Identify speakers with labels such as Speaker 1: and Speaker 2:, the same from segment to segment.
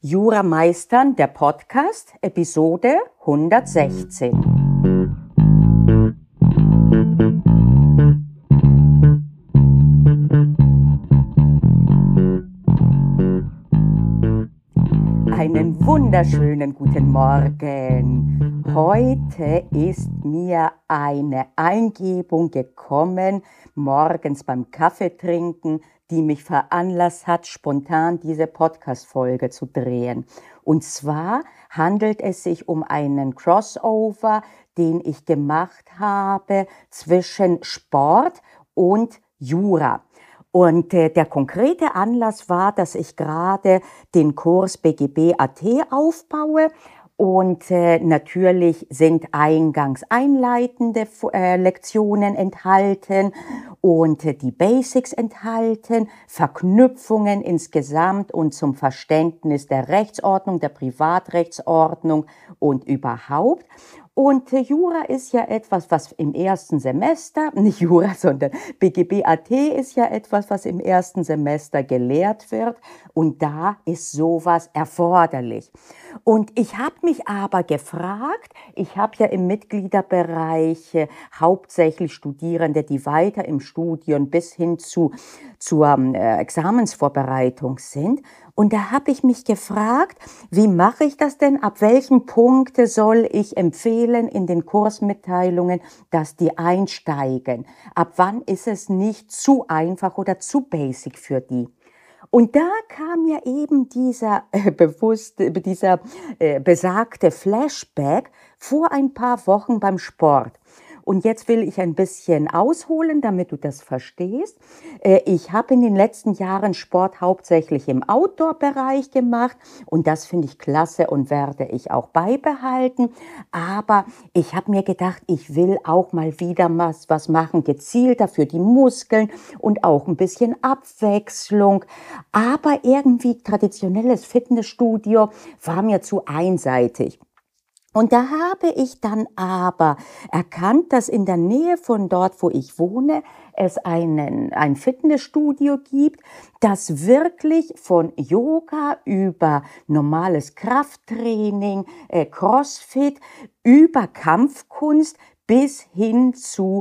Speaker 1: Jura meistern, der Podcast, Episode 116. Einen wunderschönen guten Morgen. Heute ist mir eine Eingebung gekommen, morgens beim Kaffeetrinken, die mich veranlasst hat, spontan diese Podcast-Folge zu drehen. Und zwar handelt es sich um einen Crossover, den ich gemacht habe zwischen Sport und Jura. Und der konkrete Anlass war, dass ich gerade den Kurs BGB.at aufbaue. Und natürlich sind eingangs einleitende Lektionen enthalten und die Basics enthalten, Verknüpfungen insgesamt und zum Verständnis der Rechtsordnung, der Privatrechtsordnung und überhaupt. Und Jura ist ja etwas, was im ersten Semester, nicht Jura, sondern BGB.at ist ja etwas, was im ersten Semester gelehrt wird. Und da ist sowas erforderlich. Und ich habe mich aber gefragt, ich habe ja im Mitgliederbereich hauptsächlich Studierende, die weiter im Studium bis hin zur Examensvorbereitung sind. Und da habe ich mich gefragt, wie mache ich das denn? Ab welchen Punkten soll ich empfehlen in den Kursmitteilungen, dass die einsteigen? Ab wann ist es nicht zu einfach oder zu basic für die? Und da kam mir eben dieser besagte Flashback vor ein paar Wochen beim Sport. Und jetzt will ich ein bisschen ausholen, damit du das verstehst. Ich habe in den letzten Jahren Sport hauptsächlich im Outdoor-Bereich gemacht und das finde ich klasse und werde ich auch beibehalten. Aber ich habe mir gedacht, ich will auch mal wieder was machen, gezielter für die Muskeln und auch ein bisschen Abwechslung. Aber irgendwie traditionelles Fitnessstudio war mir zu einseitig. Und da habe ich dann aber erkannt, dass in der Nähe von dort, wo ich wohne, es ein Fitnessstudio gibt, das wirklich von Yoga über normales Krafttraining, Crossfit, über Kampfkunst bis hin zu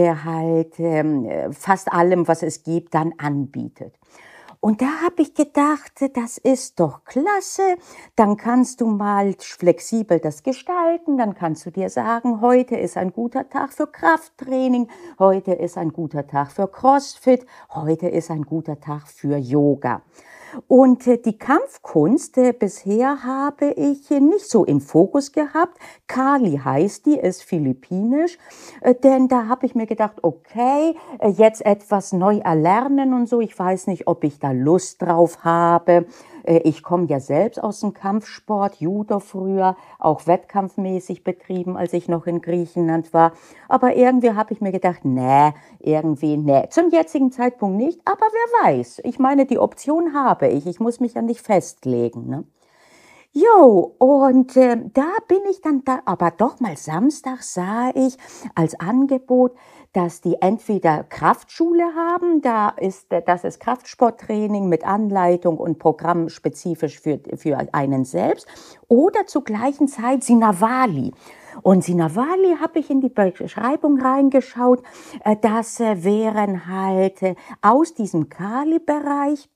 Speaker 1: fast allem, was es gibt, dann anbietet. Und da habe ich gedacht, das ist doch klasse, dann kannst du mal flexibel das gestalten, dann kannst du dir sagen, heute ist ein guter Tag für Krafttraining, heute ist ein guter Tag für Crossfit, heute ist ein guter Tag für Yoga. Und die Kampfkunst bisher habe ich nicht so im Fokus gehabt. Kali heißt die, ist philippinisch, denn da habe ich mir gedacht, okay, jetzt etwas neu erlernen und so. Ich weiß nicht, ob ich da Lust drauf habe. Ich komme ja selbst aus dem Kampfsport, Judo früher, auch wettkampfmäßig betrieben, als ich noch in Griechenland war. Aber irgendwie habe ich mir gedacht, nee. Zum jetzigen Zeitpunkt nicht, aber wer weiß. Ich meine, die Option habe ich. Ich muss mich ja nicht festlegen, ne? Jo, und da bin ich dann da, aber doch mal Samstag sah ich als Angebot, dass die entweder Kraftschule haben, das ist Kraftsporttraining mit Anleitung und Programm spezifisch für einen selbst, oder zur gleichen Zeit Sinawali. Und Sinawali habe ich in die Beschreibung reingeschaut, das wären halt aus diesem Kali-Bereich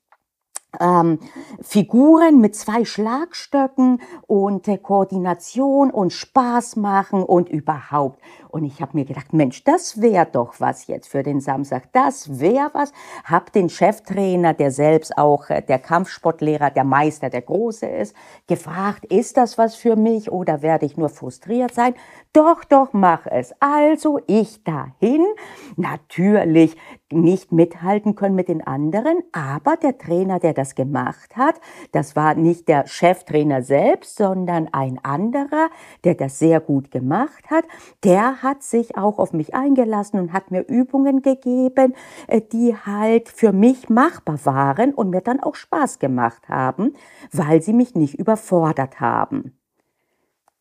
Speaker 1: Figuren mit 2 Schlagstöcken und Koordination und Spaß machen und überhaupt. Und ich habe mir gedacht, Mensch, das wäre doch was jetzt für den Samstag. Das wäre was. Hab den Cheftrainer, der selbst auch der Kampfsportlehrer, der Meister, der Große ist, gefragt, ist das was für mich oder werde ich nur frustriert sein? Doch, mach es. Also ich dahin, natürlich nicht mithalten können mit den anderen, aber der Trainer, der das gemacht hat, das war nicht der Cheftrainer selbst, sondern ein anderer, der das sehr gut gemacht hat, der hat sich auch auf mich eingelassen und hat mir Übungen gegeben, die halt für mich machbar waren und mir dann auch Spaß gemacht haben, weil sie mich nicht überfordert haben.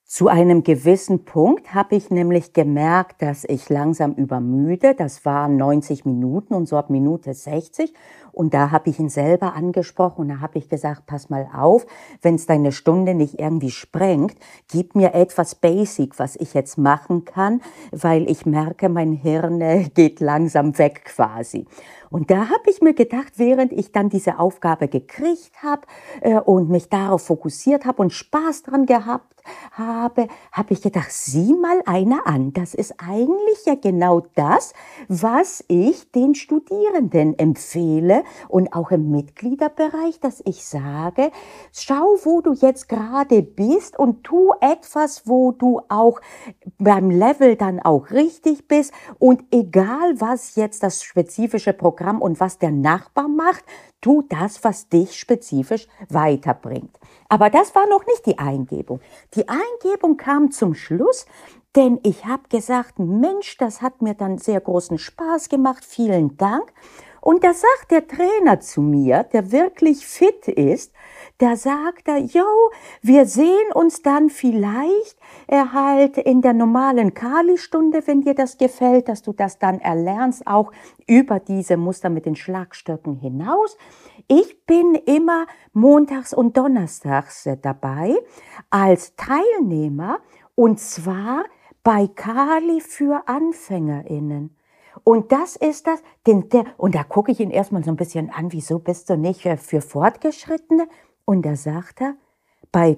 Speaker 1: Zu einem gewissen Punkt habe ich nämlich gemerkt, dass ich langsam übermüde. Das waren 90 Minuten und so ab Minute 60. Und da habe ich ihn selber angesprochen und da habe ich gesagt, pass mal auf, wenn es deine Stunde nicht irgendwie sprengt, gib mir etwas Basic, was ich jetzt machen kann, weil ich merke, mein Hirn geht langsam weg quasi. Und da habe ich mir gedacht, während ich dann diese Aufgabe gekriegt habe und mich darauf fokussiert habe und Spaß dran gehabt habe ich gedacht, sieh mal einer an. Das ist eigentlich ja genau das, was ich den Studierenden empfehle und auch im Mitgliederbereich, dass ich sage, schau, wo du jetzt gerade bist und tu etwas, wo du auch beim Level dann auch richtig bist und egal, was jetzt das spezifische Programm und was der Nachbar macht, tu das, was dich spezifisch weiterbringt. Aber das war noch nicht die Eingebung. Die Eingebung kam zum Schluss, denn ich habe gesagt, Mensch, das hat mir dann sehr großen Spaß gemacht, vielen Dank. Und da sagt der Trainer zu mir, der wirklich fit ist, da sagt er, jo, wir sehen uns dann vielleicht halt in der normalen Kali-Stunde, wenn dir das gefällt, dass du das dann erlernst, auch über diese Muster mit den Schlagstöcken hinaus. Ich bin immer montags und donnerstags dabei als Teilnehmer und zwar bei Kali für AnfängerInnen. Und das ist das, und da gucke ich ihn erstmal so ein bisschen an, wieso bist du nicht für Fortgeschrittene? Und da sagt er, bei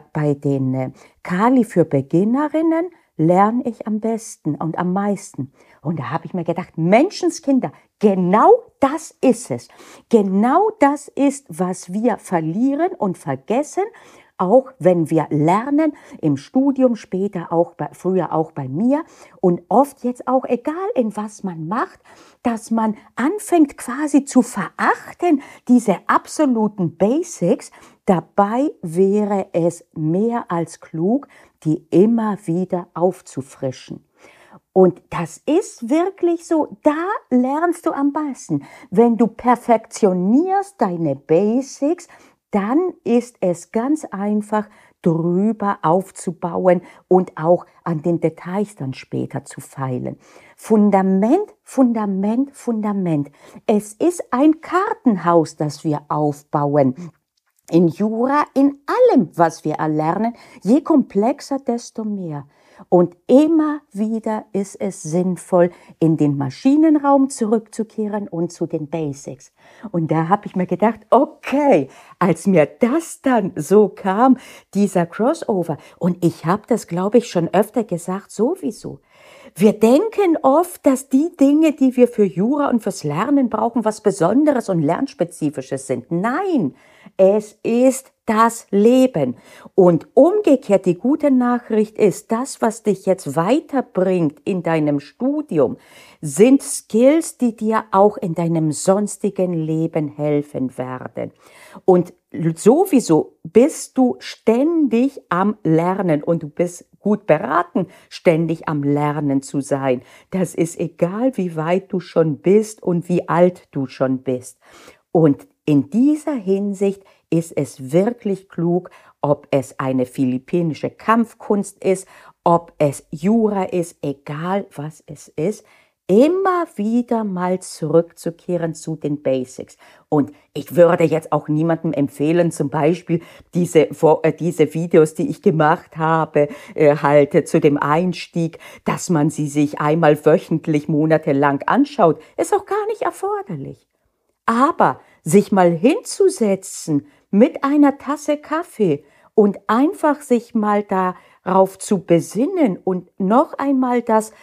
Speaker 1: den Kali für Beginnerinnen lerne ich am besten und am meisten. Und da habe ich mir gedacht, Menschenskinder, genau das ist es. Genau das ist, was wir verlieren und vergessen, auch wenn wir lernen, im Studium, später auch früher auch bei mir und oft jetzt auch, egal in was man macht, dass man anfängt quasi zu verachten, diese absoluten Basics. Dabei wäre es mehr als klug, die immer wieder aufzufrischen. Und das ist wirklich so, da lernst du am meisten. Wenn du perfektionierst deine Basics, dann ist es ganz einfach, drüber aufzubauen und auch an den Details dann später zu feilen. Fundament, Fundament, Fundament. Es ist ein Kartenhaus, das wir aufbauen. In Jura, in allem, was wir erlernen, je komplexer, desto mehr. Und immer wieder ist es sinnvoll, in den Maschinenraum zurückzukehren und zu den Basics. Und da habe ich mir gedacht, okay, als mir das dann so kam, dieser Crossover, und ich habe das, glaube ich, schon öfter gesagt, sowieso. Wir denken oft, dass die Dinge, die wir für Jura und fürs Lernen brauchen, was Besonderes und Lernspezifisches sind. Nein, es ist das Leben. Und umgekehrt, die gute Nachricht ist, das, was dich jetzt weiterbringt in deinem Studium, sind Skills, die dir auch in deinem sonstigen Leben helfen werden. Und sowieso bist du ständig am Lernen und du bist gut beraten, ständig am Lernen zu sein. Das ist egal, wie weit du schon bist und wie alt du schon bist. Und in dieser Hinsicht ist es wirklich klug, ob es eine philippinische Kampfkunst ist, ob es Jura ist, egal was es ist, immer wieder mal zurückzukehren zu den Basics. Und ich würde jetzt auch niemandem empfehlen, zum Beispiel diese Videos, die ich gemacht habe, halt zu dem Einstieg, dass man sie sich einmal wöchentlich, monatelang anschaut, ist auch gar nicht erforderlich. Aber sich mal hinzusetzen mit einer Tasse Kaffee und einfach sich mal darauf zu besinnen und noch einmal das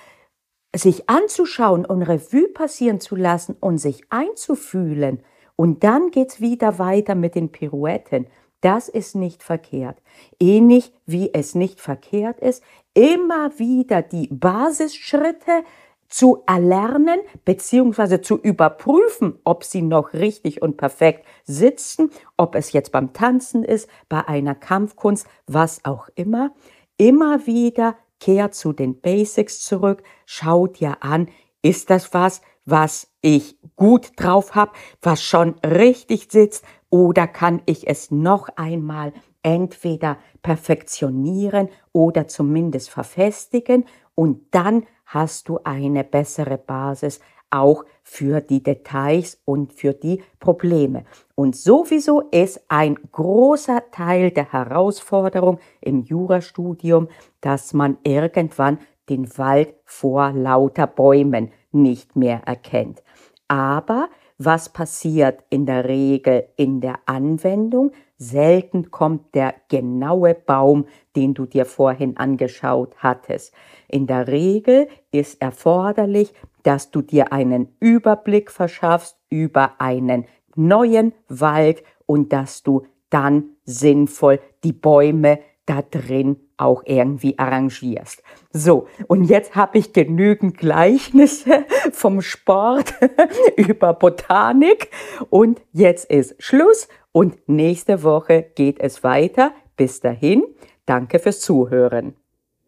Speaker 1: sich anzuschauen und Revue passieren zu lassen und sich einzufühlen. Und dann geht's wieder weiter mit den Pirouetten. Das ist nicht verkehrt. Ähnlich wie es nicht verkehrt ist, immer wieder die Basisschritte zu erlernen bzw. zu überprüfen, ob sie noch richtig und perfekt sitzen, ob es jetzt beim Tanzen ist, bei einer Kampfkunst, was auch immer. Immer wieder kehr zu den Basics zurück, schau dir an, ist das was ich gut drauf habe, was schon richtig sitzt, oder kann ich es noch einmal entweder perfektionieren oder zumindest verfestigen, und dann hast du eine bessere Basis auch für die Details und für die Probleme. Und sowieso ist ein großer Teil der Herausforderung im Jurastudium, dass man irgendwann den Wald vor lauter Bäumen nicht mehr erkennt. Aber was passiert in der Regel in der Anwendung? Selten kommt der genaue Baum, den du dir vorhin angeschaut hattest. In der Regel ist erforderlich, dass du dir einen Überblick verschaffst über einen neuen Wald und dass du dann sinnvoll die Bäume da drin auch irgendwie arrangierst. So, und jetzt habe ich genügend Gleichnisse vom Sport über Botanik und jetzt ist Schluss und nächste Woche geht es weiter. Bis dahin, danke fürs Zuhören.